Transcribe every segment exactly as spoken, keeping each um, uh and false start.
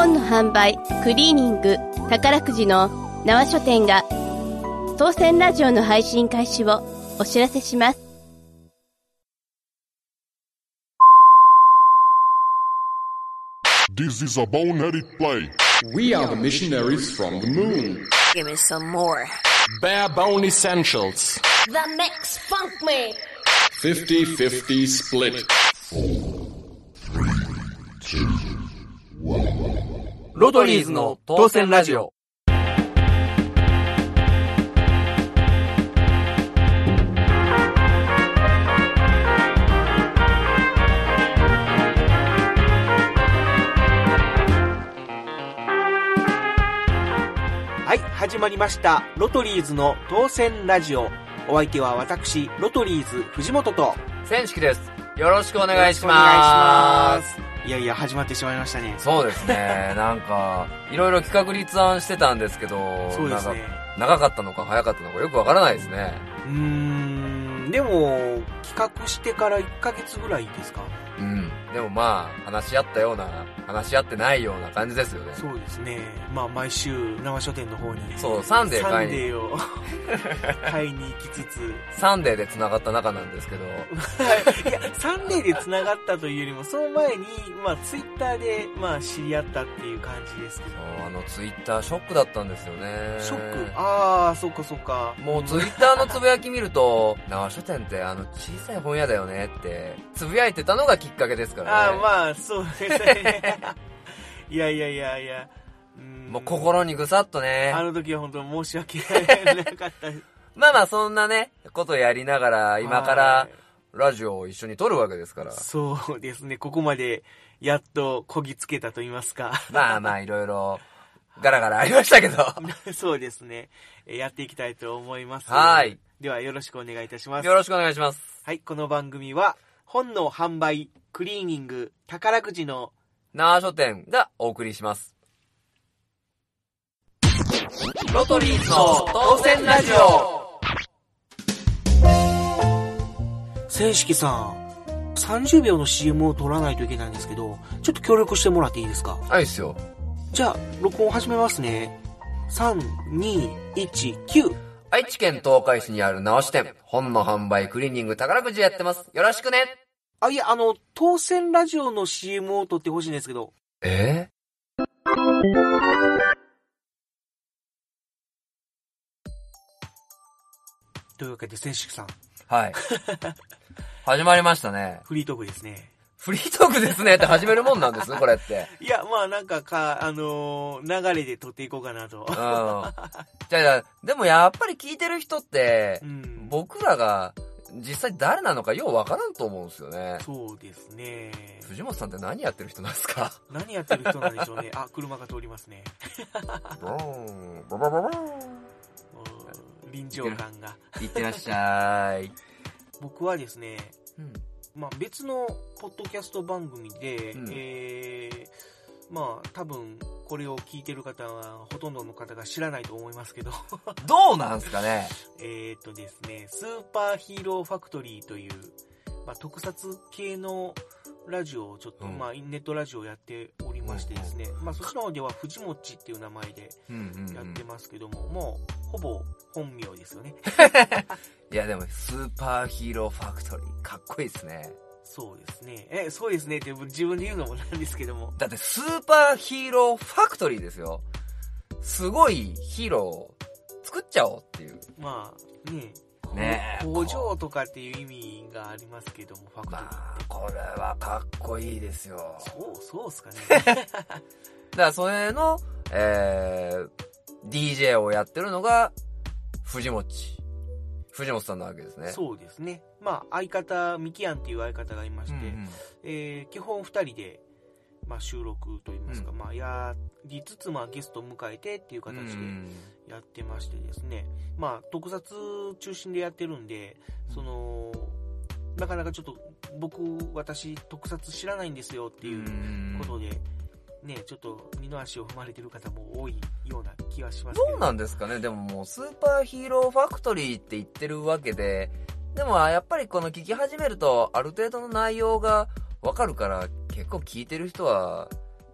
本の販売、クリーニング、宝くじの縄書店が当選ラジオの配信開始をお知らせします。 This is a boneheaded play. We are the missionaries from the moon. Give me some more. Bare bone essentials. The Mix Funk Me. fifty-fifty split. Four, three, two, one. ロトリーズの当選ラジオ。はい、始まりましたロトリーズの当選ラジオ。お相手は私ロトリーズ藤本と千式です。よろしくお願いします。 お願いします。いやいや始まってしまいましたね。 そうですね。なんかいろいろ企画立案してたんですけど、 そうですね。 なんか長かったのか早かったのかよくわからないですね。 うーん、でも企画してからいっかげつぐらいですか。 うん。でもまあ話し合ったような話し合ってないような感じですよね。 そうですね。まあ毎週生書店の方にそうサンデー買いにサンデーを買いに行きつつサンデーで繋がった仲なんですけどいやサンデーで繋がったというよりもその前にまあツイッターでまあ知り合ったっていう感じですけど。 そうあのツイッターショックだったんですよね。 ショック。ああそっかそっか。 もうツイッターのつぶやき見ると縄書店ってあの小さい本屋だよねってつぶやいてたのがきっかけですからね。 ああまあそうですねいやいやいやいやうーんもう心にぐさっとね。 あの時は本当申し訳なかったまあまあそんなねことやりながら今からラジオを一緒に撮るわけですから。 そうですね。ここまでやっとこぎつけたと言いますかまあまあいろいろガラガラありましたけどそうですね。やっていきたいと思います。 はい。 ではよろしくお願いいたします。 よろしくお願いします。 はい。この番組は本の販売、クリーニング、宝くじの縄書店がお送りします。ロトリーズの当選ラジオ。 千式さん、さんじゅうびょうの シーエム を撮らないといけないんですけど、ちょっと協力してもらっていいですか？ はいっすよ。 じゃあ、録音始めますね。さん、に、いち、きゅう。 愛知県東海市にある縄書店、本の販売、クリーニング、宝くじやってます。よろしくね。 あ、いや、あの、当選ラジオの シーエム を撮ってほしいんですけど。 えー、 というわけで、千式さん。 はい。始まりましたね。 フリートークですね。 フリートークですねって始めるもんなんですこれって。 いや、まあなんかか、あのー、流れで撮っていこうかなと。うん。じゃあ、でもやっぱり聞いてる人って、うん、僕らが実際誰なのかようわからんと思うんですよね。 そうですね。 藤本さんって何やってる人なんですか？ 何やってる人なんでしょうね。あ、車が通りますね。 ブーン、ブブブブーン。 臨場感が。 いってらっしゃい。 僕はですね、 うんまあ、別のポッドキャスト番組で、 うん、 えー、まあ多分これを聞いてる方はほとんどの方が知らないと思いますけどどうなんすかね。 えーっとですねスーパーヒーローファクトリーという、まあ、特撮系のラジオをちょっと、うん、まあネットラジオをやっておりましてですね、うん、まあそっちの方では藤もちっていう名前でやってますけども、うんうんうん、もうほぼ本名ですよねいやでもスーパーヒーローファクトリーかっこいいですね。 そうですね。え、そうですねって自分で言うのもなんですけども。 だってスーパーヒーローファクトリーですよ。すごいヒーローを作っちゃおうっていう。 まあね。 ねえ。 工場とかっていう意味がありますけども、ファクトリーって。 まあ、これはかっこいいですよ。 そう、そうっすかね。 だからそれの、えー、ディージェー をやってるのが藤本藤本さんなわけですね。 そうですね。まあ相方ミキアンっていう相方がいまして、うんうん、えー、基本二人でまあ収録といいますか、うん、まあやりつつまあゲストを迎えてっていう形でやってましてですね、うん、まあ特撮中心でやってるんで、そのなかなかちょっと僕私特撮知らないんですよっていうことで。ね、ちょっと二の足を踏まれてる方も多いような気はしますけど。 どうなんですかね。でももうスーパーヒーローファクトリーって言ってるわけで、でもやっぱりこの聞き始めるとある程度の内容がわかるから結構聞いてる人は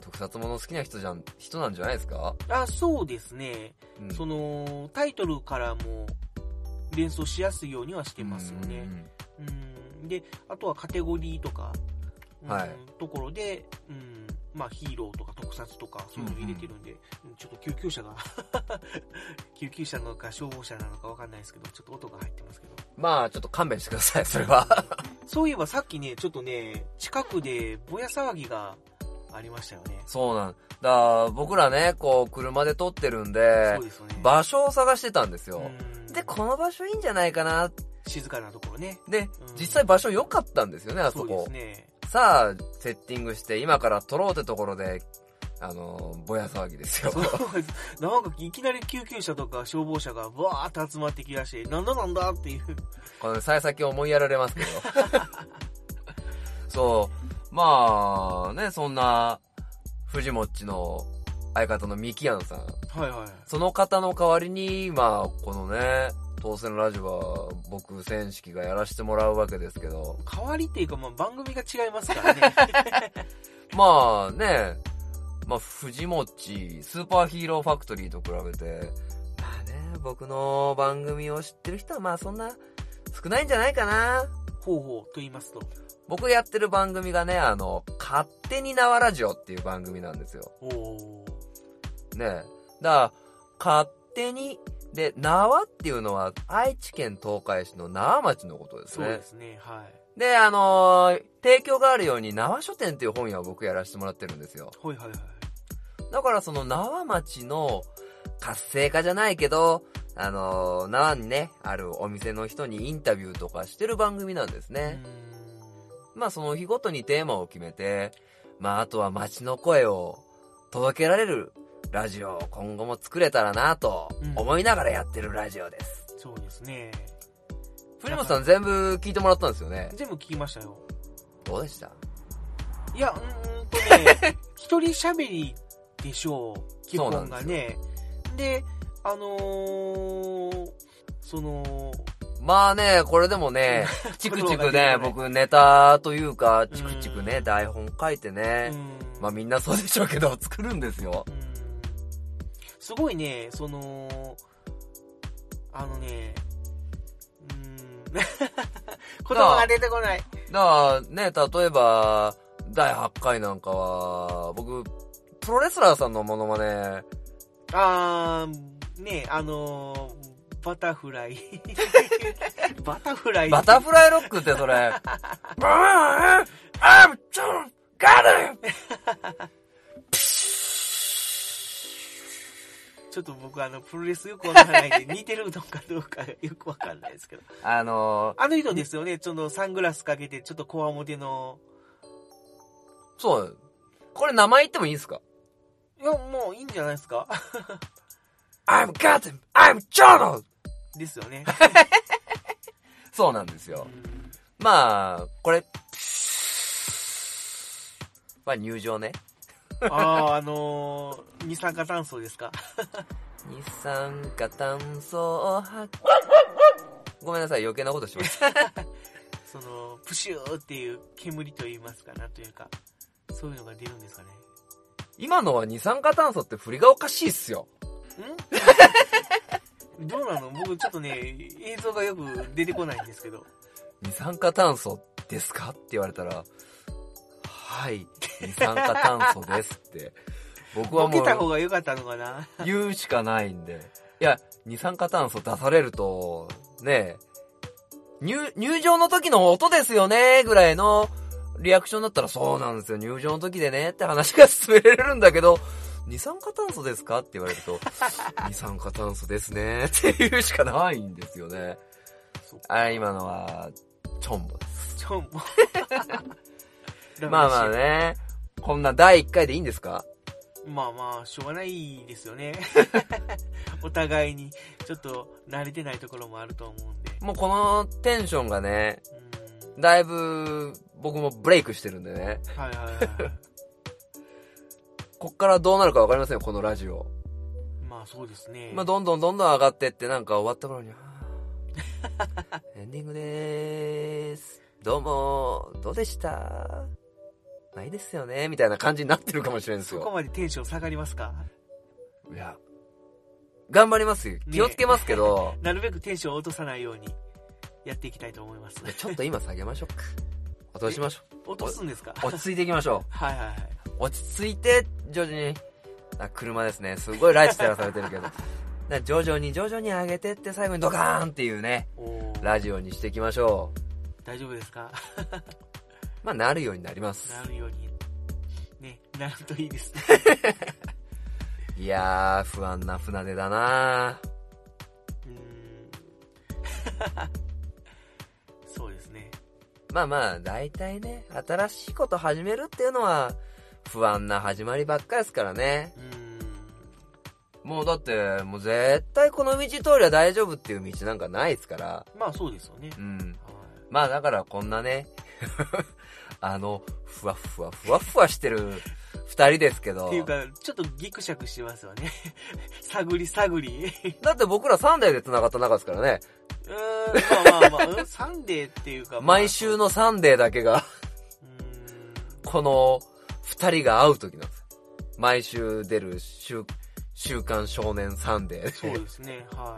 特撮もの好きな人じゃん、人なんじゃないですか？ あ、そうですね。 うん、 その、タイトルからも連想しやすいようにはしてますよね。うん、うん。で、あとはカテゴリーとか、うん、 はい、 ところで、うん、まあヒーローとか特撮とかそういうの入れてるんで、うんうん、ちょっと救急車が救急車なのか消防車なのかわかんないですけど、ちょっと音が入ってますけど。 まあちょっと勘弁してください、それは。 そういえばさっきね、ちょっとね、近くでぼや騒ぎがありましたよね。 そうなんだ。僕らね、こう車で撮ってるんで、 そうですよね、 場所を探してたんですよ。で、この場所いいんじゃないかな。 静かなところね。 で、実際場所良かったんですよね、あそこ。 そうですね。 さあ、セッティングして、今から撮ろうってところで、あの、ぼや騒ぎですよ。 そうなんかいきなり救急車とか消防車がバーって集まってきだして、なんだなんだっていう。 この幸先思いやられますけど。そう。まあ、ね、そんな、藤もっちの相方のミキヤンさん。 はいはい。 その方の代わりに、まあ、このね、当選ラジオは僕、千式がやらせてもらうわけですけど。 代わりっていうか、まあ、番組が違いますからね。 まあね、まあ、藤もっち、スーパーヒーローファクトリーと比べて、まあね、僕の番組を知ってる人はまあそんな少ないんじゃないかな。 ほうほうと言いますと。 僕やってる番組がね、あの、勝手に縄ラジオっていう番組なんですよ。 おー。 ねえ。だから、勝手に、で、縄っていうのは愛知県東海市の縄町のことですね。 そうですね、はい。 で、あのー、提供があるように縄書店っていう本屋を僕やらせてもらってるんですよ。 はいはいはい。 だからその縄町の活性化じゃないけど、あのー、縄にね、あるお店の人にインタビューとかしてる番組なんですね。まあその日ごとにテーマを決めて、まああとは町の声を届けられるラジオを今後も作れたらなと思いながらやってるラジオです。 うん、そうですね。 藤本さん全部聞いてもらったんですよね。 全部聞きましたよ。 どうでした？ いや、うーんとね、一人喋りでしょう、基本がね。で、あのー、その、 まあね、これでもね、チクチクね、僕ネタというか、チクチクね、台本書いてね、まあみんなそうでしょうけど、作るんですよ。 すごいね、その、あのね、うーん、言葉が出てこない。 だからね、例えば、だいはちかいなんかは、僕、プロレスラーさんのモノマネ。 あー、ね、あのー、バタフライ。バタフライ。 バタフライロックってそれ。I'm too got it! ちょっと僕あの、プロレスよくわからないんで、似てるのかどうかよくわかんないですけど。 あのー、 あの人ですよね、ちょっとサングラスかけて、ちょっとこわもての。 そう。これ名前言ってもいいんですか？ いや、もういいんじゃないですか。 I'm got him! I'm Jono! ですよね。 そうなんですよ。まあ、これ、まあ入場ね。 ああ、あのー、二酸化炭素ですか。 二酸化炭素を吐く。ごめんなさい、余計なことしました。 その、プシューっていう煙と言いますかなというか、そういうのが出るんですかね。 今のは二酸化炭素って振りがおかしいっすよ。 んどうなの？僕ちょっとね、映像がよく出てこないんですけど。 二酸化炭素ですかって言われたら、はい、二酸化炭素ですって。僕はもう、 ボケた方が良かったのかな？ 言うしかないんで。いや、二酸化炭素出されると、ね入、入場の時の音ですよねぐらいのリアクションだったらそうなんですよ、入場の時でねって話が進められるんだけど、二酸化炭素ですかって言われると、二酸化炭素ですねって言うしかないんですよね。あ、今のは、チョンボです。 チョンボ。 まあまあね、こんなだいいっかいでいいんですか？ まあまあ、しょうがないですよね。お互いに、ちょっと慣れてないところもあると思うんで。 もうこのテンションがね、だいぶ僕もブレイクしてるんでね。 はいはいはい。 こっからどうなるかわかりませんよ、このラジオ。 まあそうですね。 まあどんどんどんどん上がってってなんか終わった頃に、エンディングでーす。どうも、どうでした？ ないですよねみたいな感じになってるかもしれないんですよ。 そこまでテンション下がりますか？ いや頑張りますよ、気をつけますけど、 ね、なるべくテンションを落とさないようにやっていきたいと思います。 ちょっと今下げましょうか。落としましょう。 落とすんですか？ 落ち着いていきましょう。 はいはいはい。 落ち着いて徐々に、あ、車ですね、すごいライト照らされてるけどだ徐々に徐々に上げてって最後にドカーンっていうねラジオにしていきましょう。 大丈夫ですか？ まあなるようになります。 なるようにね、なるといいですねいやー不安な船出だな。 うーんそうですね。 まあまあ大体ね、新しいこと始めるっていうのは不安な始まりばっかりですからね。 うーんもうだってもう絶対この道通りは大丈夫っていう道なんかないですから。 まあそうですよね。 うん。 はい、 まあだからこんなねあのふわふわふわふわしてる二人ですけど。 っていうかちょっとギクシャクしてますよね探り探りだって僕らサンデーで繋がった中ですからね。 うーん、まあまあまあ、うん、サンデーっていうか、まあ、 毎週のサンデーだけがうーんこの二人が会う時なんです。毎週出る週週刊少年サンデー。 そうですね、はい。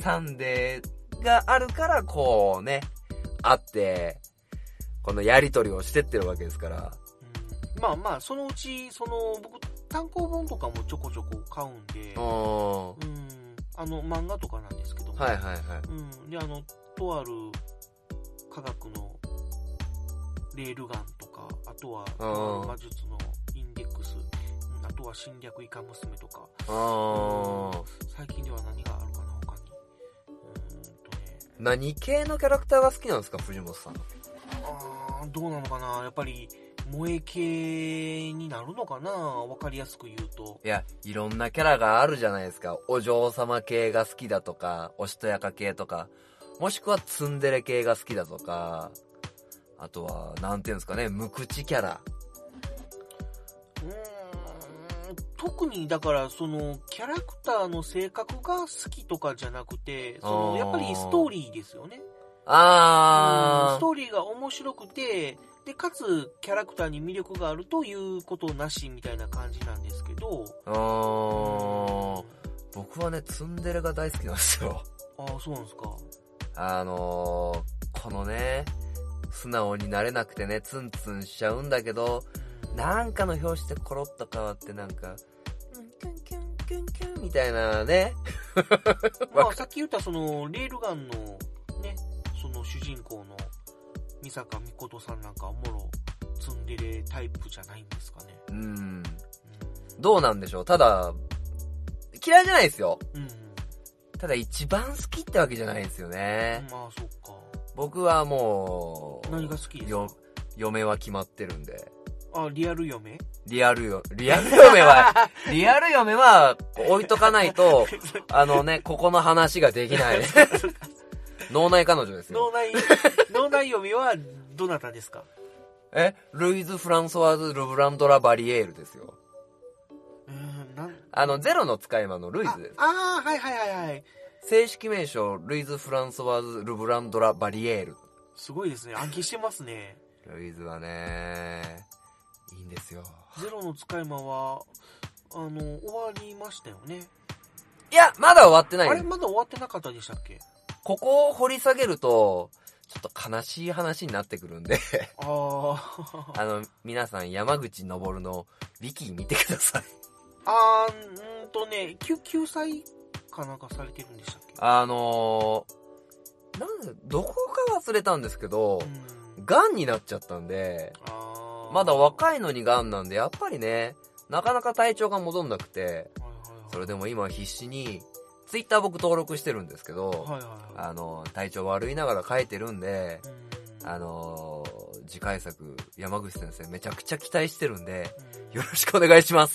サンデーがあるからこうね、会ってこのやり取りをしてってるわけですから。 うん、まあまあそのうちその僕単行本とかもちょこちょこ買うんで、 うん、 あの漫画とかなんですけども、 はいはいはい。 うん、であのとある科学のレールガンとか、あとは魔術のインデックス、うん、あとは侵略イカ娘とか、 あ、 うん、最近では何があるかな他に。うーんとね、 何系のキャラクターが好きなんですか藤本さん。 あー、どうなのかな、やっぱり萌え系になるのかな、わかりやすく言うと。 いや、いろんなキャラがあるじゃないですか。お嬢様系が好きだとか、おしとやか系とか、もしくはツンデレ系が好きだとか、あとはなんていうんですかね、無口キャラ。 うーん、特にだからそのキャラクターの性格が好きとかじゃなくて、そのやっぱりストーリーですよね。 あー、 ストーリーが面白くて、でかつキャラクターに魅力があるということなしみたいな感じなんですけど。 あー、僕はねツンデレが大好きなんですよ。 ああ、そうなんですか。 あのー、このね素直になれなくてねツンツンしちゃうんだけど、なんかの表紙でコロッと変わってなんかキュンキュンキュンキュンみたいなねまあさっき言ったそのレールガンのね、その主人公の三坂美琴さんなんかはもろツンデレタイプじゃないんですかね。 うん、うん、 うどうなんでしょう。ただ嫌いじゃないですよ、 ん、うん、 ただ一番好きってわけじゃないんですよね。 まあそっか。 僕はもう何が好きですか？ よ嫁は決まってるんで。 あ、リアル嫁？ リアルよ、リアル嫁は、リアル嫁は置いとかないと、あのね、ここの話ができない。脳内彼女ですよ。 脳内、脳内嫁はどなたですか？ え、ルイズ・フランソワーズ・ルブランドラ・バリエールですよ。 うーん、なんあの、ゼロの使い魔のルイズです。 ああ、はいはいはいはい。 正式名称、ルイズ・フランソワーズ・ルブランドラ・バリエール。 すごいですね。暗記してますね。 ルイズはね、いいんですよ。 ゼロの使い魔は、あの、終わりましたよね。 いや、まだ終わってない。 あれ、まだ終わってなかったでしたっけ？ ここを掘り下げると、ちょっと悲しい話になってくるんで。 ああ。 あの、皆さん山口昇のウィキ見てください。 あー、んーとね、救、救済かなんかされてるんでしたっけ？ あのー、なんで、どこか忘れたんですけど、 うん、 癌になっちゃったんで、 あまだ若いのに癌なんで、やっぱりね、なかなか体調が戻んなくて、 はいはいはい、 それでも今必死に、ツイッター僕登録してるんですけど、 はいはいはい、 あの、体調悪いながら書いてるんで、 うん、 あのー、次回作、山口先生めちゃくちゃ期待してるんで、うん、よろしくお願いします。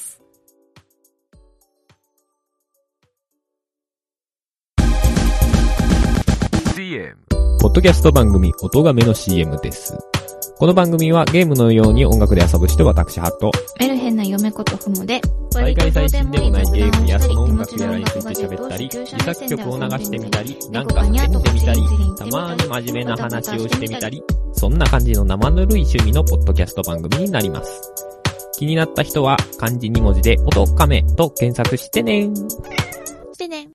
シーエム ポッドキャスト番組音亀の シーエム です。 この番組はゲームのように音楽で遊ぶ人私ハット、 メルヘンな嫁ことふもで、 大会最新でもないゲームやその音楽やらについて喋ったり、自作曲を流してみたり、なんか叫んでみたり、たまに真面目な話をしてみたり、そんな感じの生ぬるい趣味のポッドキャスト番組になります。気になった人は漢字に文字で音亀と検索してね。 してね。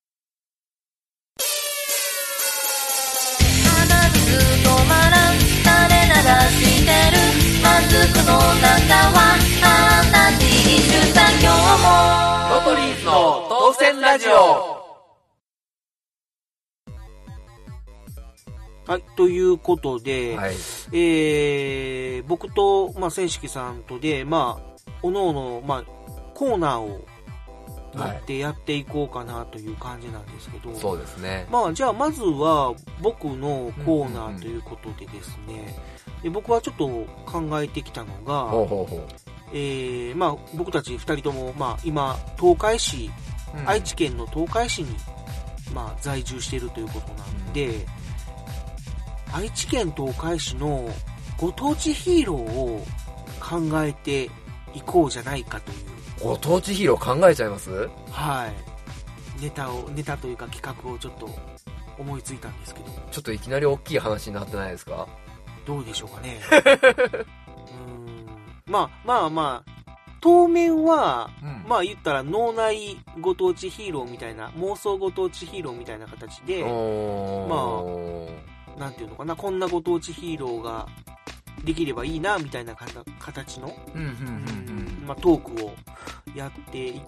止まらん垂れ流してる満足の中はあなたに一種産業もロトリーズの当選ラジオ。 はい、ということで、 はい、 えー、僕と、まあ、千式さんとで、まあ、おのおの、まあ、コーナーをやってやっていこうかなという感じなんですけど、 そうですね。 まあ、じゃあまずは僕のコーナーということでですね、で僕はちょっと考えてきたのが、 ほうほうほう、 えー、まあ、僕たちふたりとも、まあ、今東海市、うん、愛知県の東海市に、まあ、在住しているということなんで、うん、愛知県東海市のご当地ヒーローを考えていこうじゃないかという。 ご当地ヒーロー考えちゃいます？ はい。ネタを、ネタというか企画をちょっと思いついたんですけど。 ちょっといきなり大きい話になってないですか？ どうでしょうかね。うーん。まあまあまあ、当面は、うん、まあ言ったら脳内ご当地ヒーローみたいな、妄想ご当地ヒーローみたいな形で、まあ、なんていうのかな、こんなご当地ヒーローができればいいなみたいな形の、うんうんうんうん、まあ、トークをやっていって、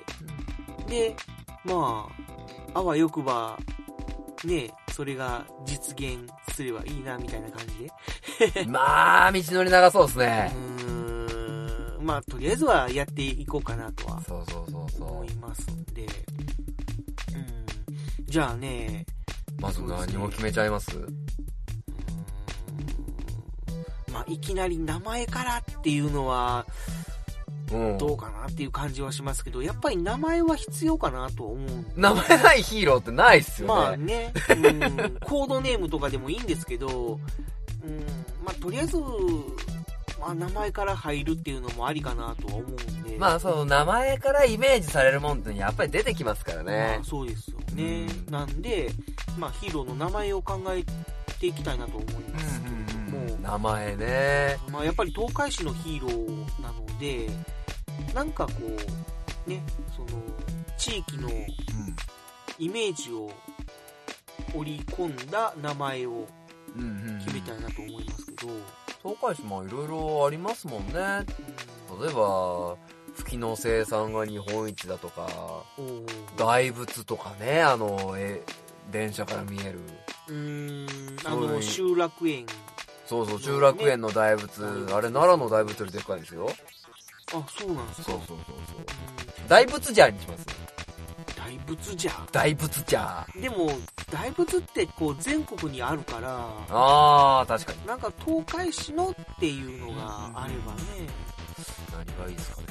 で、まああわよくばね、それが実現すればいいなみたいな感じでまあ道のり長そうですね。 うーん、まあとりあえずはやっていこうかなとはそうそうそうそう思いますんで、うん、じゃあね、 まず何を決めちゃいます？ まあ、いきなり名前からっていうのはどうかなっていう感じはしますけど、やっぱり名前は必要かなと思う。 名前ないヒーローってないっすよね。 まあね、うん、コードネームとかでもいいんですけど、うん、まあとりあえず、まあ、名前から入るっていうのもありかなとは思うんで。 まあその名前からイメージされるもんってやっぱり出てきますからね。 まあそうですよね。うん、なんで、まあヒーローの名前を考えていきたいなと思いますけども、うんうん、 名前ね。 まあやっぱり東海市のヒーローなので、なんかこうね、その地域のイメージを織り込んだ名前を決めたいなと思いますけど、 東海市もいろいろありますもんね。うん、例えば吹きの生産が日本一だとか、大仏とかね、あのえ電車から見える、 うーん、あの集落園、 そうそう、集落園の大仏、ね、あれ奈良の大仏よりでっかいですよ。 あ、そうなんですか。 そうそうそうそう。大仏ジャーにします。 大仏ジャー。 大仏ジャー。 でも大仏ってこう全国にあるから。 ああ、確かに。 なんか東海市のっていうのがあればね。 何がいいですかね。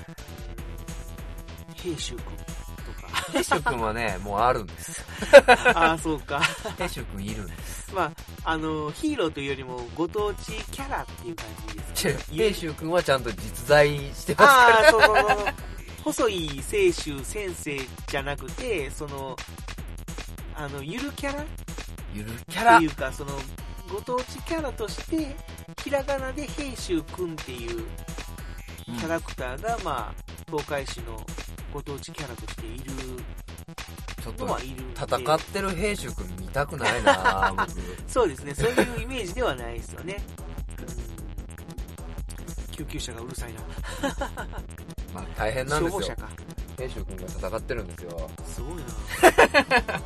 平秀君とか。 平秀君はね、もうあるんです。 ああ、そうか。 平秀君いるんです。 まああのヒーローというよりもご当地キャラっていう感じですね。 平秀君はちゃんと実在してますから。ああ、そうそうそう。細い清舟先生じゃなくて、そのあのゆるキャラ、 ゆるキャラっていうか、そのご当地キャラとしてひらがなで平秀くんっていうキャラクターが、うん、まあ東海市のご当地キャラとしているのはいるんで、 ちょっと戦ってる平秀くん見たくないな僕。 そうですね、そういうイメージではないですよね。うん、救急車がうるさいな。 まあ大変なんですよ。 消防車か。 平秀くんが戦ってるんですよ。 すごいな。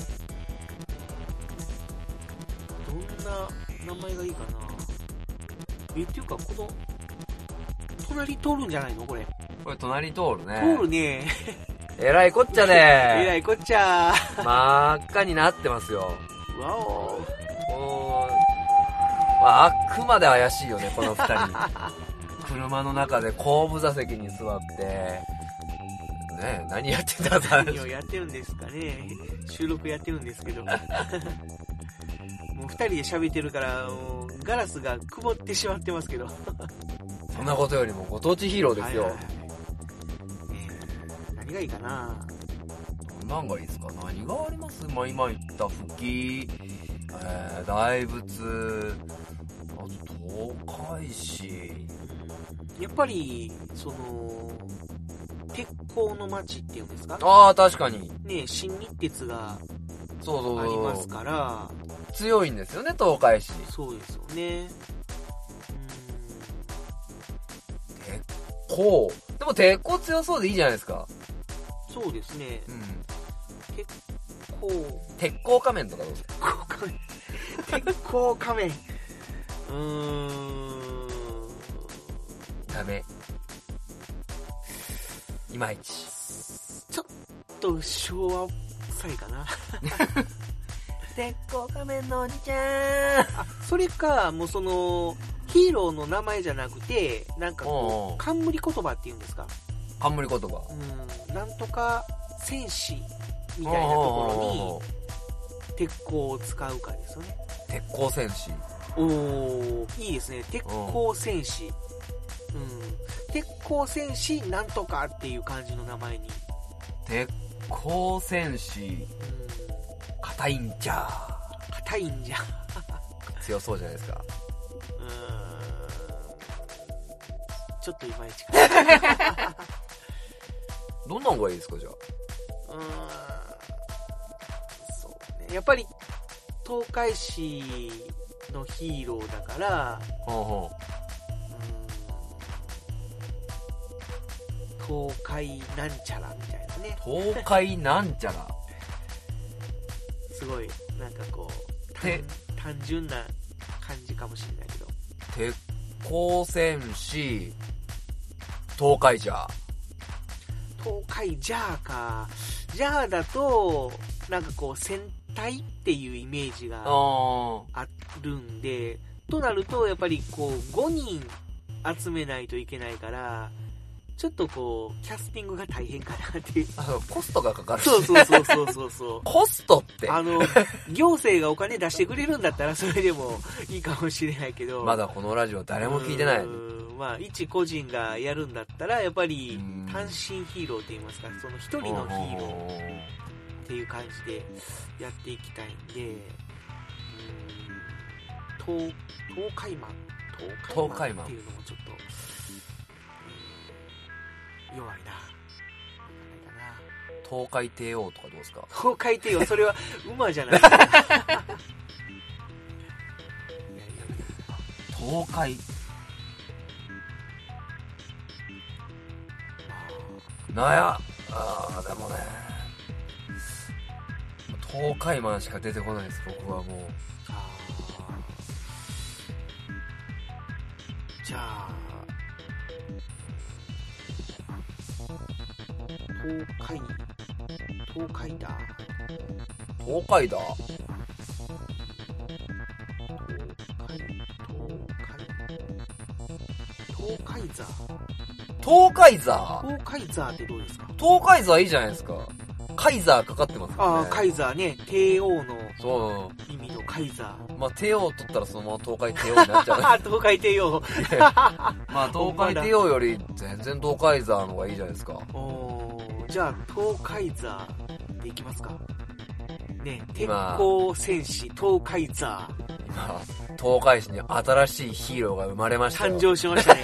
どんな名前がいいかな。え、っていうかこの隣通るんじゃないのこれ。 これ隣通るね。 通るね。 えらいこっちゃね。 えらいこっちゃ。 真っ赤になってますよ。 わお。 おー、まあ、あくまで怪しいよねこの二人。車の中で後部座席に座ってねえ、何やってたんだ。 何をやってるんですかね。収録やってるんですけど。まもう二人で喋ってるから、もうガラスが曇ってしまってますけど。 そんなことよりもご当地ヒーローですよ。 はいはいはい、えー、何がいいかな。 何がいいですか？何があります？まあ今言った復帰、えー、大仏、あと東海市。 やっぱり、その、鉄鋼の街っていうんですか？ ああ、確かに。 ね、新日鉄がそうそうそうありますから、 強いんですよね、東海市。 そうですよね。 鉄鋼。でも鉄鋼強そうでいいじゃないですか。 そうですね。 うん。 鉄鋼。 鉄鋼仮面とかどうですか？ 鉄鋼仮面。うーん。 ダメ。いまいち。 ちょっと昭和臭いかな。鉄鋼仮面のおじちゃん。あ、それか、もうその、ヒーローの名前じゃなくて、なんかこう、冠言葉っていうんですか？ 冠言葉。 うん。なんとか戦士みたいなところに、鉄鋼を使うかですよね。 鉄鋼戦士。 おー、いいですね。鉄鋼戦士。うん。鉄鋼戦士なんとかっていう感じの名前に。 鉄鋼戦士。硬いんじゃ。 硬いんじゃ。 強そうじゃないですか。 うーん。ちょっといまいちか。 どんな方がいいですか、じゃあ。 うーん。そうね。やっぱり、東海市のヒーローだから、 ほうほう。 東海なんちゃらみたいなね。 東海なんちゃら。 すごい、なんかこう、単, 単純な感じかもしれないけど。 鉄鋼戦士、東海ジャー。 東海ジャーか。ジャーだと、なんかこう、戦隊っていうイメージがあるんで、となると、やっぱりこう、ごにん集めないといけないから、ちょっとこう、キャスティングが大変かなっていう。 あの、コストがかかる。 そうそうそうそうそうそう。 コストって。 あの、行政がお金出してくれるんだったらそれでもいいかもしれないけど。 まだこのラジオ誰も聞いてない。 まあ、一個人がやるんだったら、やっぱり、単身ヒーローって言いますか、その一人のヒーローっていう感じでやっていきたいんで、うん、東、東海マン、東海マンっていうのもちょっと、弱いな。 東海帝王とかどうですか？ 東海帝王、それは馬じゃない東海。なや、あーでもね、東海マンしか出てこないです、僕はもう。 あじゃあ、東海、東海だ。 東海だ。 東海座。 東海座。 東海座ってどうですか？ 東海座いいじゃないですか。カイザーかかってますからね。 ああ、カイザーね。帝王のそう意味のカイザー。 まあ、帝王取ったらそのまま東海帝王になっちゃう。 東海帝王。 まあ、東海帝王より全然東海座の方がいいじゃないですか。 おー、じゃあ、東海座でいきますか。ね、鉄鋼戦士、東海座。 今、東海市に新しいヒーローが生まれましたよ。 誕生しましたね。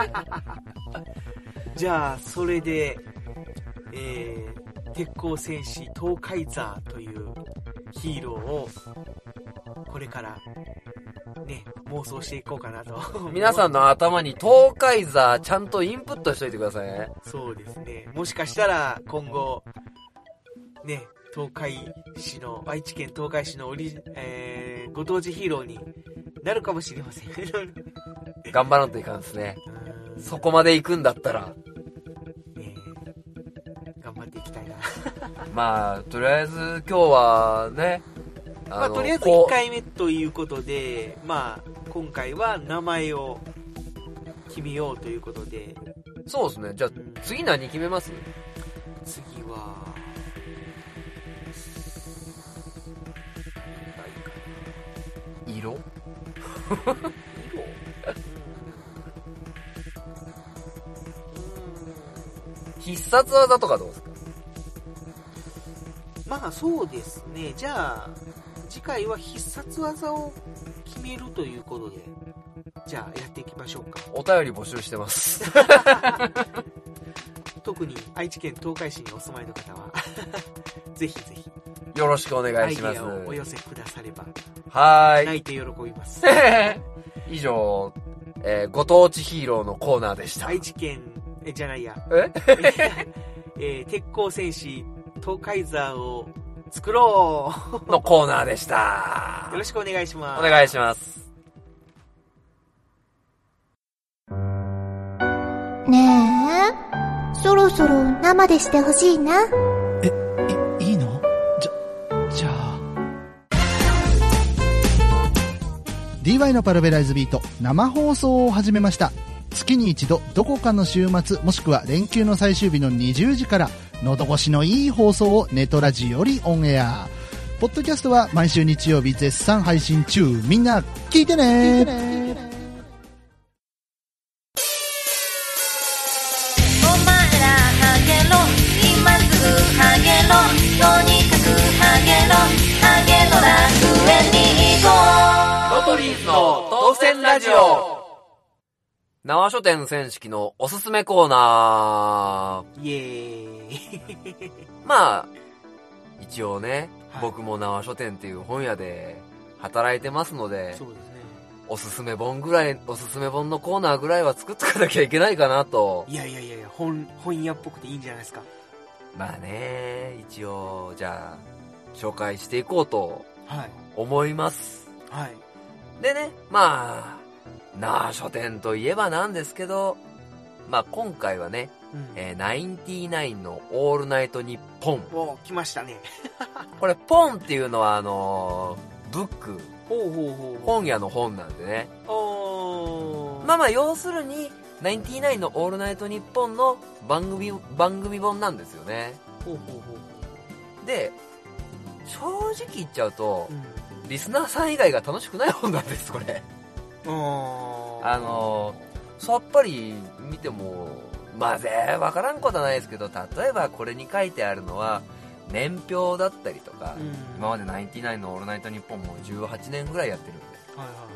じゃあ、それで、えー、鉄鋼戦士東海座というヒーローをこれからね妄想していこうかなと。 皆さんの頭に東海座ちゃんとインプットしといてくださいね。 そうですね。もしかしたら今後ね東海市の愛知県東海市のオリジ、えー、ご当地ヒーローになるかもしれません。 頑張らんといかんですね。そこまで行くんだったら。 頑張っていきたいな。 まあ、とりあえず今日はね、 あまあ、とりあえずいっかいめということで、まあ、今回は名前を決めようということで。 そうですね。じゃあ、次何決めます？ 次は、 色必殺技とかどうですか？ まあそうですね。じゃあ次回は必殺技を決めるということで、じゃあやっていきましょうか。 お便り募集してます特に愛知県東海市にお住まいの方はぜひぜひよろしくお願いします。 アイデアをお寄せくだされば、 はーい、 泣いて喜びます以上、えーご当地ヒーローのコーナーでした。 愛知県えじゃないやええー鉄鋼戦士東海座を作ろうのコーナーでした。 よろしくお願いします。 お願いします。 ねえ、そろそろ生でしてほしいな。 え、い、いいの？じゃ、じゃあ。ディーワイ のパルベライズビート生放送を始めました。月に一度どこかの週末もしくは連休の最終日のにじゅうじから喉越しのいい放送をネトラジよりオンエア。ポッドキャストは毎週日曜日絶賛配信中。みんな聞いてね。聞いてね。 お前らハゲろ、今すぐハゲろ、とにかくハゲろ、ハゲの楽園に行こう。 ロトリーズの当選ラジオ。縄書店選式のおすすめコーナー。 イエーイまあ一応ね、 はい、 僕も縄書店っていう本屋で働いてますので、 そうですね。 おすすめ本ぐらい、おすすめ本のコーナーぐらいは作っとかなきゃいけないかなと。 いやいやいやいや、本、本屋っぽくていいんじゃないですか。 まあね、一応、じゃあ、紹介していこうとはい。 思います。 はい。 でね、まあ、縄書店といえばなんですけど、まあ今回はね、 うん、 えー、ナインティナインのオールナイトニッポン。 お、来ましたね。 これ、ポンっていうのはあのー、ブック。 ほうほうほう。 本屋の本なんでね。 おー。 まあまあ、要するに、ナインティナインのオールナイトニッポンの番組、番組本なんですよね。 ほうほうほう。 で、正直言っちゃうと、 うん、 リスナーさん以外が楽しくない本なんです、これ。 あー。 あのー、さっぱり見ても、まあ、ぜわからんことはないですけど、例えばこれに書いてあるのは、年表だったりとか、うん、今までナインティナインのオールナイトニッポンもじゅうはちねんぐらいやってるんで、 はいはい、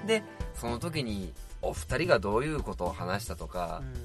でその時にお二人がどういうことを話したとか、うん、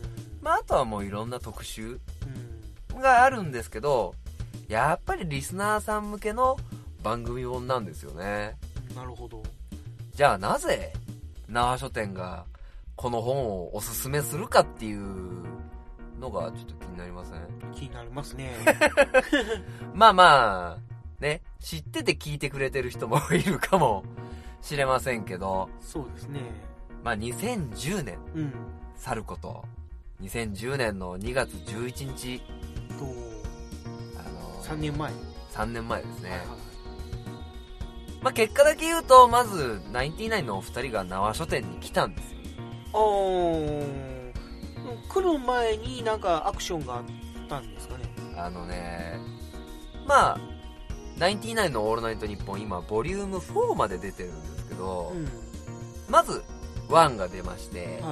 まああとはもういろんな特集があるんですけど、やっぱりリスナーさん向けの番組本なんですよね。 なるほど。 じゃあなぜ縄書店がこの本をおすすめするかっていうのがちょっと気になりません？ 気になりますね。 まあまあね、知ってて聞いてくれてる人もいるかもしれませんけど、 そうですね。 まあにせんじゅうねん、 うん、 去ることにせんじゅうねんのにがつじゅういちにちと、 あのー、 さんねんまえさんねんまえですね。 はいはい、 まあ結果だけ言うと、まずナインティナインのお二人が縄書店に来たんですよ。 あー、来る前になんかアクションがあったんですかね。 あのね、まあナインティナインのオールナイトニッポン今ボリュームフォーまで出てるんですけど、うん、まずワンが出まして、はいはい、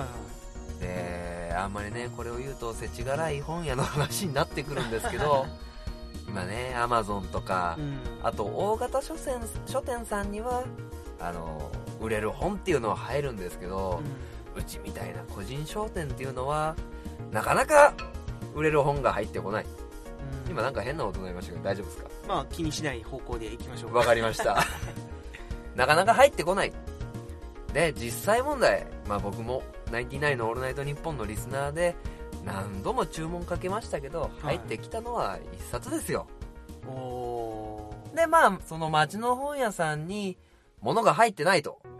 であんまりねこれを言うと世知辛い本屋の話になってくるんですけど今ねアマゾンとか、うん、あと大型書店、書店さんにはあの売れる本っていうのは入るんですけど、うん、うちみたいな個人商店っていうのはなかなか売れる本が入ってこない、うん、今なんか変な音になりましたけど大丈夫ですか？ まあ気にしない方向でいきましょうか。 わかりましたなかなか入ってこないで、実際問題、まあ僕もナインティナインのオールナイトニッポンのリスナーで何度も注文かけましたけど、はい、入ってきたのは一冊ですよ。おー。でまあその町の本屋さんに物が入ってないと、うん、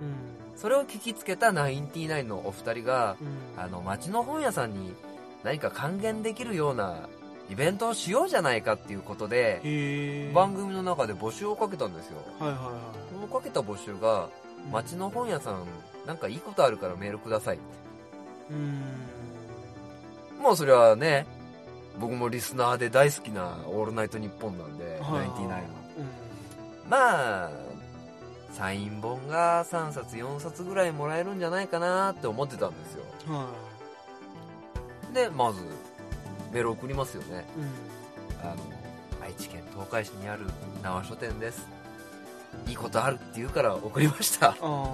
それを聞きつけたナインティナインのお二人が、うん、あの町の本屋さんに何か還元できるようなイベントをしようじゃないかっていうことで番組の中で募集をかけたんですよ。はいはいはい。このかけた募集が、町の本屋さんなんかいいことあるからメールくださいって。うーん、もうそれはね、僕もリスナーで大好きなオールナイトニッポンなんで、ナインティナインの、うん、まあサイン本がさんさつよんさつぐらいもらえるんじゃないかなって思ってたんですよ。 はでまずメール送りますよね。 い。うん。 あの愛知県東海市にある縄書店です、いいことあるって言うから送りました。 あ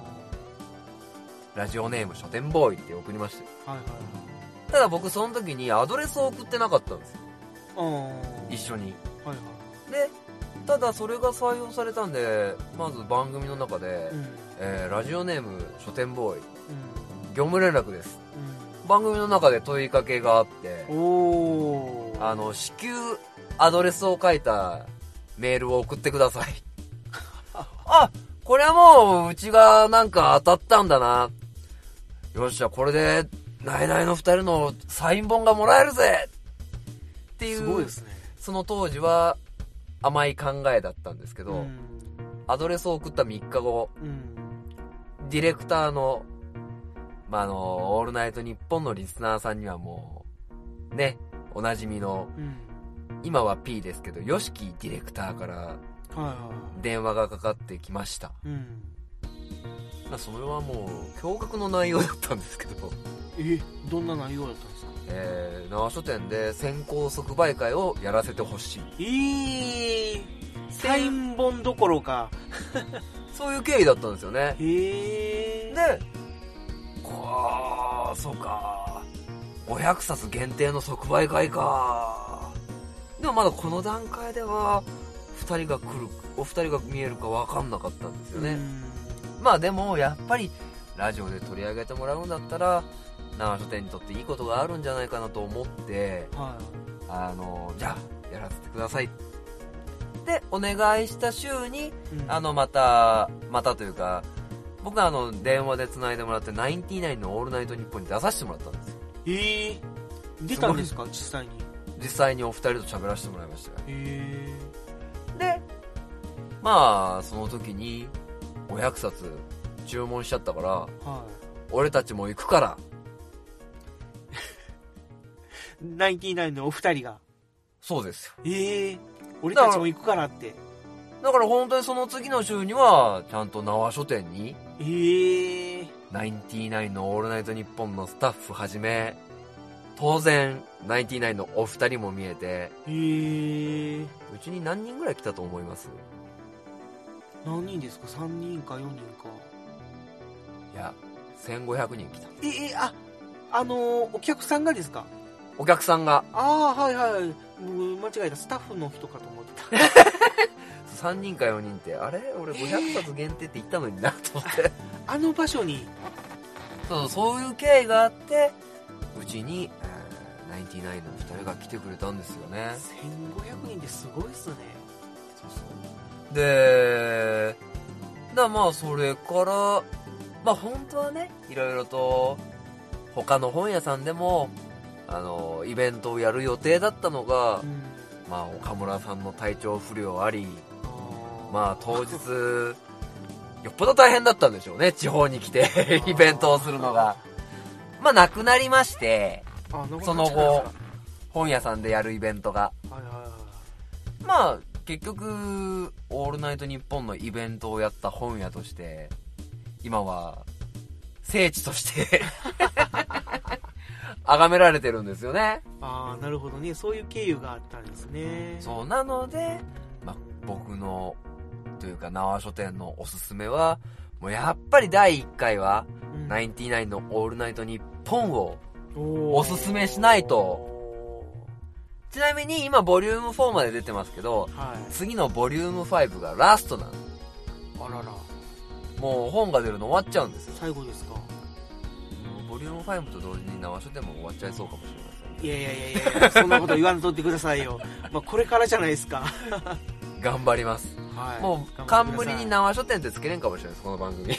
ラジオネーム書店ボーイって送りましたよ。 あ。はいはいただ僕その時にアドレスを送ってなかったんですよ、 はい。 一緒に。 ああ。はいはい。 でただそれが採用されたんで、まず番組の中で、 うん。 えーラジオネーム書店ボーイ、 うん。 業務連絡です、番組の中で問いかけがあってうん。おー。 あの至急アドレスを書いたメールを送ってくださいあ、これはもううちがなんか当たったんだな、よっしゃこれでナイナイのふたりのサイン本がもらえるぜっていう、 すごいですね。 その当時は甘い考えだったんですけど、 うん。 アドレスを送ったみっかご、 うん。 ディレクターの、まあ、あの、オールナイトニッポンのリスナーさんにはもう、ね、おなじみの、 うん。 今は P ですけど、ヨシキディレクターからはいは電話がかかってきました。 い。うん。 まあ、それはもう、驚愕の内容だったんですけど、 え、どんな内容だったんですか？ えー、縄書店で先行即売会をやらせてほしい。 えー、サイン本どころか。 そういう経緯だったんですよね。 へー。 で、あー、そうか。ごひゃくさつ限定の即売会か。でもまだこの段階では、二人が来る、お二人が見えるか分かんなかったんですよね。まあでも、やっぱり、ラジオで取り上げてもらうんだったら、縄書店にとっていいことがあるんじゃないかなと思って、 はあの、じゃあ、やらせてください。で、お願いした週に、 い。うん、 あの、また、またというか、僕はあの、電話で繋いでもらって、ナインティナインのオールナイトニッポンに出させてもらったんですよ。 えー、出たんですか実際に？ 実際にお二人と喋らせてもらいましたよ。 へで、まあ、その時に、ごひゃくさつ注文しちゃったから、 ー。は俺たちも行くから。 い。ナインティナインのお二人が。 そうですよ。 えー、俺たちも行くからって。 だから本当にその次の週には、ちゃんと縄書店に、 えー。 ナインティナインのオールナイトニッポンのスタッフはじめ、当然、ナインティナインのお二人も見えて、 えー。 うちに何人ぐらい来たと思います？ 何人ですか？さんにんかよにんか。 いや、せんごひゃくにん来た。 え、え、あ、あのー、お客さんがですか？ お客さんが。 ああ、はいはい。もう間違えた。スタッフの人かと思ってた。 さんにんかよにんって、あれ俺ごひゃくさつ限定って言ったのになと思って。 あの場所に。 そう、そういう経緯があって、うちに、えー、ナインティナインのふたりが来てくれたんですよね。 せんごひゃくにんってすごいっすね。 そうそう。で、だまあそれから、まあ本当はね、いろいろと、他の本屋さんでも、あの、イベントをやる予定だったのが、 うん。 まあ岡村さんの体調不良あり、 あまあ当日、よっぽど大変だったんでしょうね、地方に来てイベントをするのが。まあなくなりまして、 あ、 その後、本屋さんでやるイベントが。 はいはいはい。 まあ結局、オールナイトニッポンのイベントをやった本屋として、今は、聖地として崇められてるんですよね。 ああ、なるほどね。そういう経由があったんですね。 そう、なので、まあ、僕の、というか、縄書店のおすすめは、もうやっぱりだいいっかいは、 うん、 ナインティナインのオールナイトニッポンをおおすすめしないと。ちなみに今ボリュームフォーまで出てますけど、 はい、 次のボリュームファイブがラストなの。 あらら。 もう本が出るの終わっちゃうんですよ。 最後ですか？ ボリュームファイブと同時に縄書店も終わっちゃいそうかもしれません。 いやいやいやいや、そんなこと言わんとってくださいよ。まあこれからじゃないですか。 頑張ります。 はい、 もう冠に縄書店ってつけれんかもしれないです、この番組。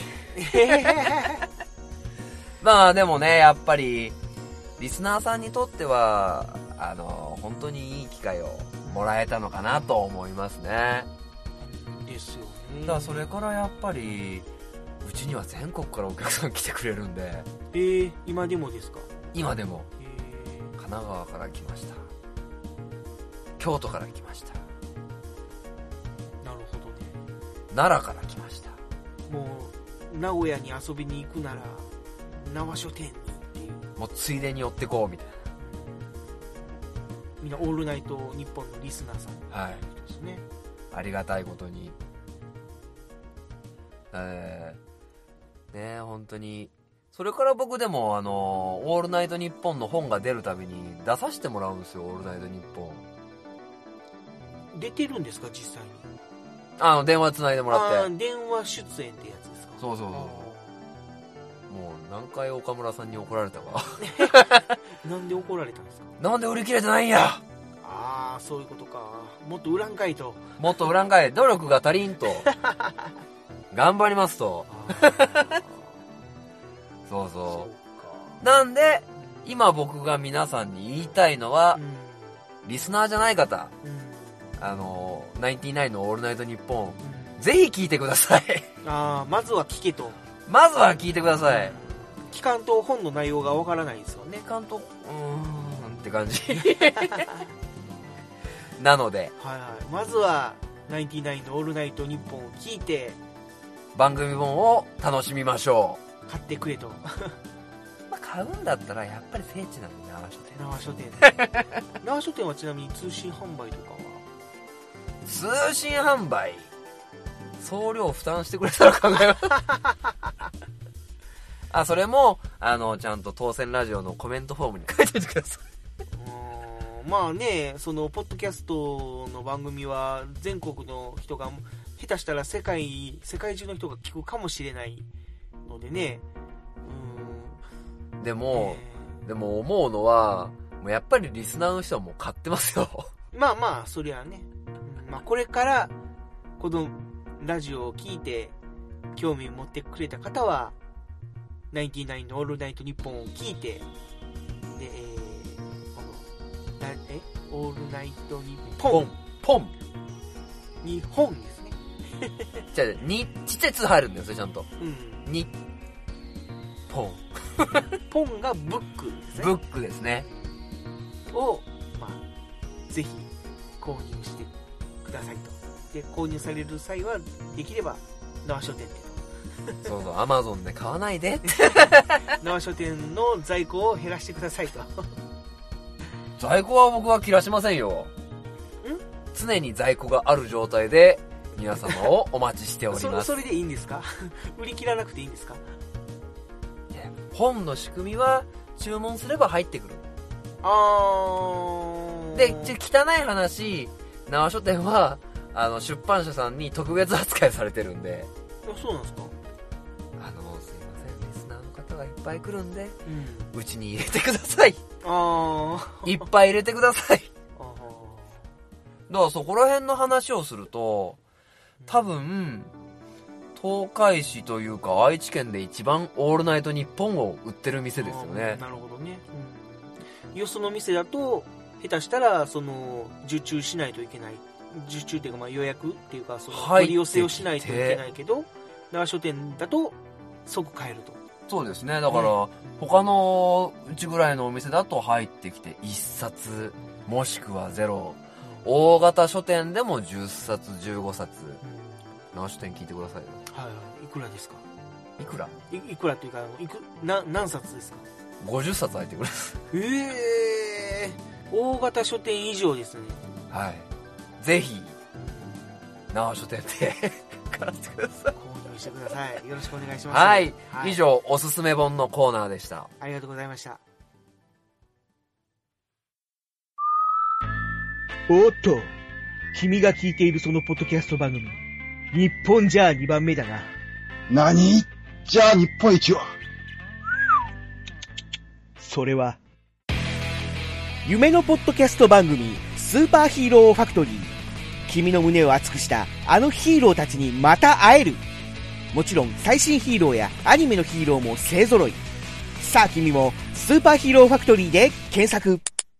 まあでもね、やっぱりリスナーさんにとってはあの本当にいい機会をもらえたのかなと思いますね。 ですよね。 だからそれからやっぱりうちには全国からお客さん来てくれるんで。 えー、今でもですか？ 今でも、 えー、 神奈川から来ました、京都から来ました。 なるほどね。 奈良から来ました。 もう名古屋に遊びに行くなら縄書店にっていう、 もうついでに寄ってこうみたいな。 みんなオールナイトニッポンのリスナーさん、 はいですね。 ありがたいことに、えー、ねえ本当に。それから僕でもあのオールナイトニッポンの本が出るたびに出させてもらうんですよ。オールナイトニッポン出てるんですか実際に？ あの電話つないでもらって。 あ電話出演ってやつですか？ そうそうそう。もう何回岡村さんに怒られたか。 なんで怒られたんですか？ なんで売り切れてないんや。 ああそういうことか。もっと売らんかいと。 もっと売らんかい。努力が足りんと。頑張りますと。そうそう。そうなんで今僕が皆さんに言いたいのは、うん、リスナーじゃない方、うん、あのナインティナインのオールナイトニッポン、うん、ぜひ聞いてください。 ああまずは聞けと。 まずは聞いてください。 聞かんと本の内容がわからないですよね。 聞かんとうーんって感じ。なので、 はいはい、まずはナインティナインのオールナイトニッポンを聞いて番組本を楽しみましょう。 買ってくれと。 まあ買うんだったらやっぱり聖地なんで、縄書店。 縄書店。縄書店はちなみに通信販売とかは？ 通信販売送料負担してくれたら考えます。あ、それもあのちゃんと当選ラジオのコメントフォームに書いておいてください。 うーんまあね、そのポッドキャストの番組は全国の人が下手したら世界世界中の人が聞くかもしれないのでね。 うーんでも、えー、でも思うのはもうやっぱりリスナーの人はもう買ってますよ。 まあまあそりゃね、うんまあ、これからこのラジオを聞いて興味を持ってくれた方はナインティナインのオールナイトニッポンを聞いて、で、えー、このなえオールナイトニッポンポン日本ですね。 じゃあにちっちゃいつ入るんだよそれちゃんと。 うん。 にポンポンがブックですね。 ブックですね。 をまあぜひ購入してくださいと。で購入される際はできれば縄書店で。 そうそう、アマゾンで買わないで。 縄書店の在庫を減らしてくださいと。 在庫は僕は切らしませんよ。ん？常に在庫がある状態で皆様をお待ちしております。 そ, それでいいんですか？売り切らなくていいんですか？ 本の仕組みは注文すれば入ってくる。 あーで、ちょ汚い話、縄書店はあの出版社さんに特別扱いされてるんで。 あ、そうなんですか？ あのすいません、リスナーの方がいっぱい来るんでうち、 うん、 に入れてください。 あいっぱい入れてください。あだからそこら辺の話をすると多分東海市というか愛知県で一番オールナイトニッポンを売ってる店ですよね。 なるほどね、うん、よその店だと下手したらその受注しないといけない、受注っていうかまあ予約っていうかその取り寄せをしないといけないけど、縄書店だと即買えると。 そうですね。だから、ね、他のうちぐらいのお店だと入ってきていっさつもしくはゼロ、うん、大型書店でもじゅっさつじゅうごさつ、うん、縄書店聞いてくださいよ。 はいはい。いくらですか？ いくらい, いくらっていうかいくな何冊ですか？ ごじゅっさつ入ってくる。 ええー、大型書店以上ですね。 はい。ぜひ縄書店で買ってください。 購入してください。よろしくお願いします。 はい、はい、以上おすすめ本のコーナーでした。 ありがとうございました。 おっと、君が聞いているそのポッドキャスト番組、日本じゃにばんめだな。 何？じゃあ日本一は？ それは夢のポッドキャスト番組スーパーヒーローファクトリー。君の胸を熱くしたあのヒーローたちにまた会える。もちろん最新ヒーローやアニメのヒーローも勢揃い。さあ君もスーパーヒーローファクトリーで検索。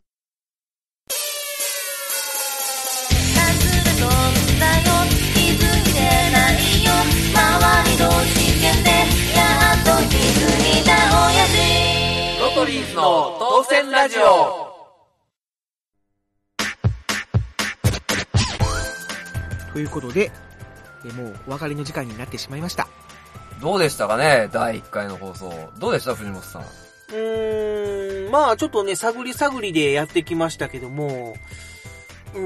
ロトリーズの当選ラジオ。 ということでえもうお別れの時間になってしまいました。 どうでしたかね、だいいっかいの放送。どうでした藤本さん。 うーん、まあちょっとね、探り探りでやってきましたけども、うん。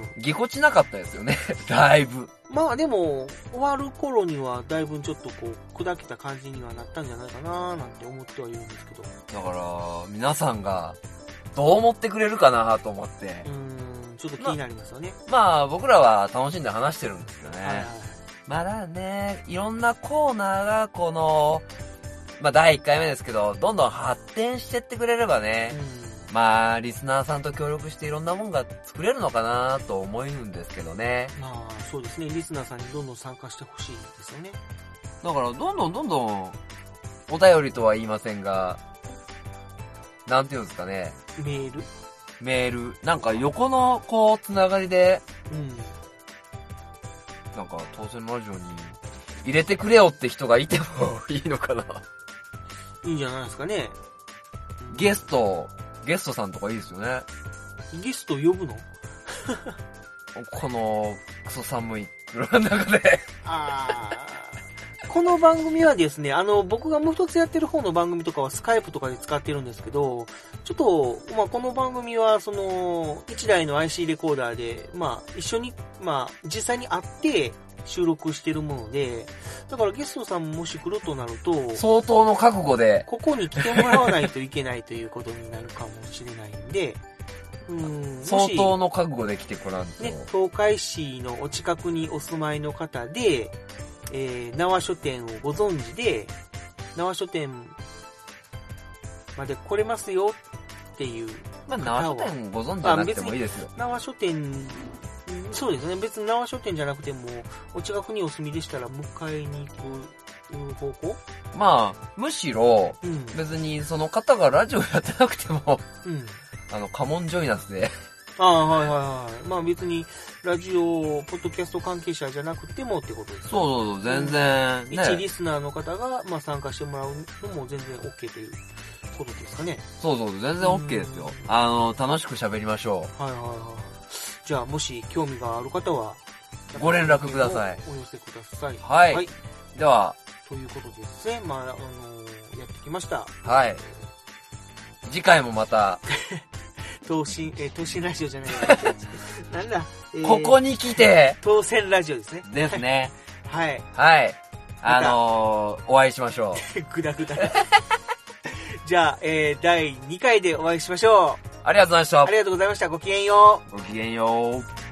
ぎこちなかったですよね、だいぶ。 まあでも、終わる頃にはだいぶちょっとこう、砕けた感じにはなったんじゃないかななんて思ってはいるんですけど。 だから、皆さんが、どう思ってくれるかなと思って。 うーん、ちょっと気になりますよね。 ま、まあ、僕らは楽しんで話してるんですけどね。 はいはい、 まだね、いろんなコーナーがこの、まあだいいっかいめですけど、どんどん発展してってくれればね、うん、まあ、リスナーさんと協力していろんなもんが作れるのかなと思うんですけどね。 まあ、そうですね。リスナーさんにどんどん参加してほしいですよね。 だから、どんどんどんどん、お便りとは言いませんが、なんていうんですかね。 メールメール。なんか横の、こう、つながりで、 うん。 なんか、当選ラジオに入れてくれよって人がいてもいいのかな。 いいんじゃないですかね。 ゲスト、ゲストさんとかいいですよね。 ゲスト呼ぶのこの、クソ寒い車の中で。 あー。この番組はですね、あの、僕がもう一つやってる方の番組とかはスカイプとかで使ってるんですけど、ちょっと、まあ、この番組は、その、一台の アイシー レコーダーで、まあ、一緒に、まあ、実際に会って収録してるもので、だからゲストさんもし来るとなると、 相当の覚悟で、 ここに来てもらわないといけないということになるかもしれないんで、うん、 相当の覚悟で来てこらんと。 ね、東海市のお近くにお住まいの方で、えー、縄書店をご存知で、縄書店まで来れますよっていう。 まあ、縄書店ご存知じゃなくてもいいですよ。 縄書店、そうですね。別に縄書店じゃなくても、お近くにお住みでしたら迎えに行く方向？ まあ、むしろ、 うん、 別にその方がラジオやってなくても、 うん、 あの、カモンジョイナスで。 ああ、はいはいはい。まあ別に、ラジオ、ポッドキャスト関係者じゃなくてもってことですね。 そうそうそう、全然、ね。 一リスナーの方が、まあ参加してもらうのも全然 OK ということですかね。 そうそう、全然 OK ですよ。あの、楽しく喋りましょう。はいはいはい。じゃあ、もし興味がある方は、 ご連絡ください。 お寄せください。 はい。はい、では、 ということですね。まあ、あのー、やってきました。 はい。次回もまた、 当選、えー、当選ラジオじゃない。なんだ、 えー、ここに来て、 当選ラジオですね。 ですね。 はい。 はい。あのー、お会いしましょう。ぐだぐだ。じゃあ、えー、だいにかいでお会いしましょう。 ありがとうございました。 ありがとうございました。ごきげんよう。 ごきげんよう。